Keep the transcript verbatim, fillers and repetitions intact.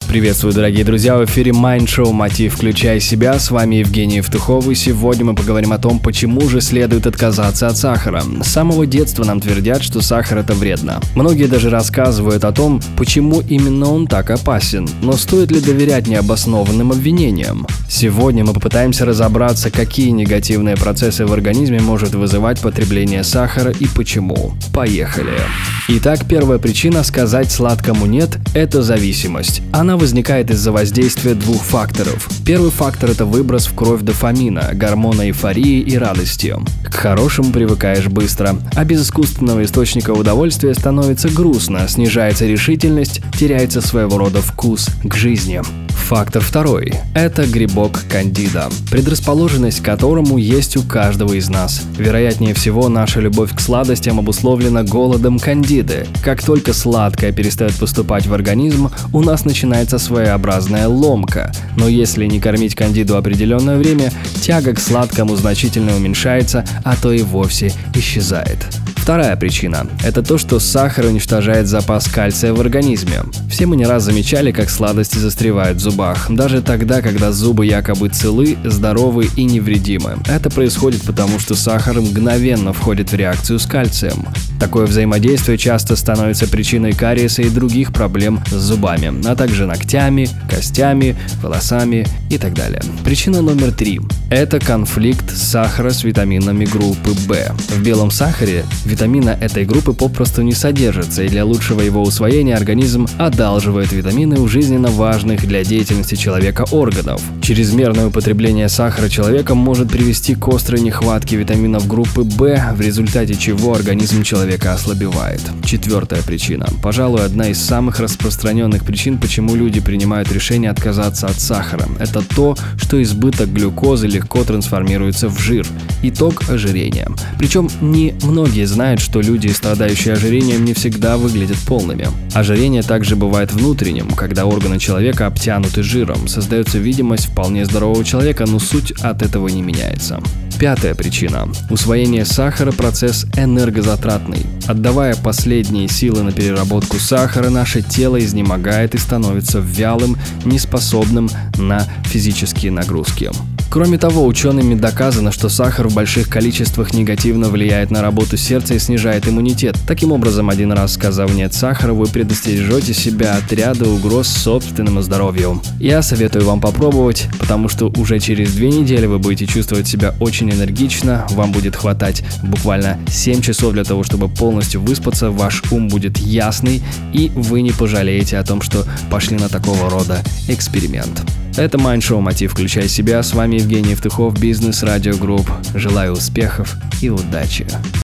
Приветствую, дорогие друзья, в эфире Mind Show «Мотив. Включай себя». С вами Евгений Евтухов, и сегодня мы поговорим о том, почему же следует отказаться от сахара. С самого детства нам твердят, что сахар – это вредно. Многие даже рассказывают о том, почему именно он так опасен. Но стоит ли доверять необоснованным обвинениям? Сегодня мы попытаемся разобраться, какие негативные процессы в организме может вызывать потребление сахара и почему. Поехали! Итак, первая причина сказать сладкому «нет» – это зависимость. Она возникает из-за воздействия двух факторов. Первый фактор – это выброс в кровь дофамина, гормона эйфории и радости. К хорошему привыкаешь быстро, а без искусственного источника удовольствия становится грустно, снижается решительность, теряется своего рода вкус к жизни. Фактор второй – это грибок кандида, предрасположенность к которому есть у каждого из нас. Вероятнее всего, наша любовь к сладостям обусловлена голодом кандиды. Как только сладкое перестает поступать в организм, у нас начинается своеобразная ломка. Но если не кормить кандиду определенное время, тяга к сладкому значительно уменьшается, а то и вовсе исчезает. Вторая причина – это то, что сахар уничтожает запас кальция в организме. Все мы не раз замечали, как сладости застревают в зубах, даже тогда, когда зубы якобы целы, здоровы и невредимы. Это происходит потому, что сахар мгновенно входит в реакцию с кальцием. Такое взаимодействие часто становится причиной кариеса и других проблем с зубами, а также ногтями, костями, волосами и так далее. Причина номер три – это конфликт сахара с витаминами группы В. В белом сахаре витамина этой группы попросту не содержится, и для лучшего его усвоения организм одалживает витамины у жизненно важных для деятельности человека органов. Чрезмерное употребление сахара человеком может привести к острой нехватке витаминов группы В, в результате чего организм человека ослабевает. Четвертая причина. Пожалуй, одна из самых распространенных причин, почему люди принимают решение отказаться от сахара. Это то, что избыток глюкозы легко трансформируется в жир. Итог – ожирение. Причем не многие знают, что люди, страдающие ожирением, не всегда выглядят полными. Ожирение также бывает внутренним, когда органы человека обтянуты жиром. Создается видимость вполне здорового человека, но суть от этого не меняется. Пятая причина. Усвоение сахара – процесс энергозатратный. Отдавая последние силы на переработку сахара, наше тело изнемогает и становится вялым, неспособным на физические нагрузки. Кроме того, учеными доказано, что сахар в больших количествах негативно влияет на работу сердца и снижает иммунитет. Таким образом, один раз сказав «нет» сахару, вы предостережете себя от ряда угроз собственному здоровью. Я советую вам попробовать, потому что уже через две недели вы будете чувствовать себя очень энергично, вам будет хватать буквально семь часов для того, чтобы полностью выспаться, ваш ум будет ясный, и вы не пожалеете о том, что пошли на такого рода эксперимент. Это Mind Show «Мотив. Включай себя». С вами Евгений Евтухов, Бизнес Радио Групп. Желаю успехов и удачи.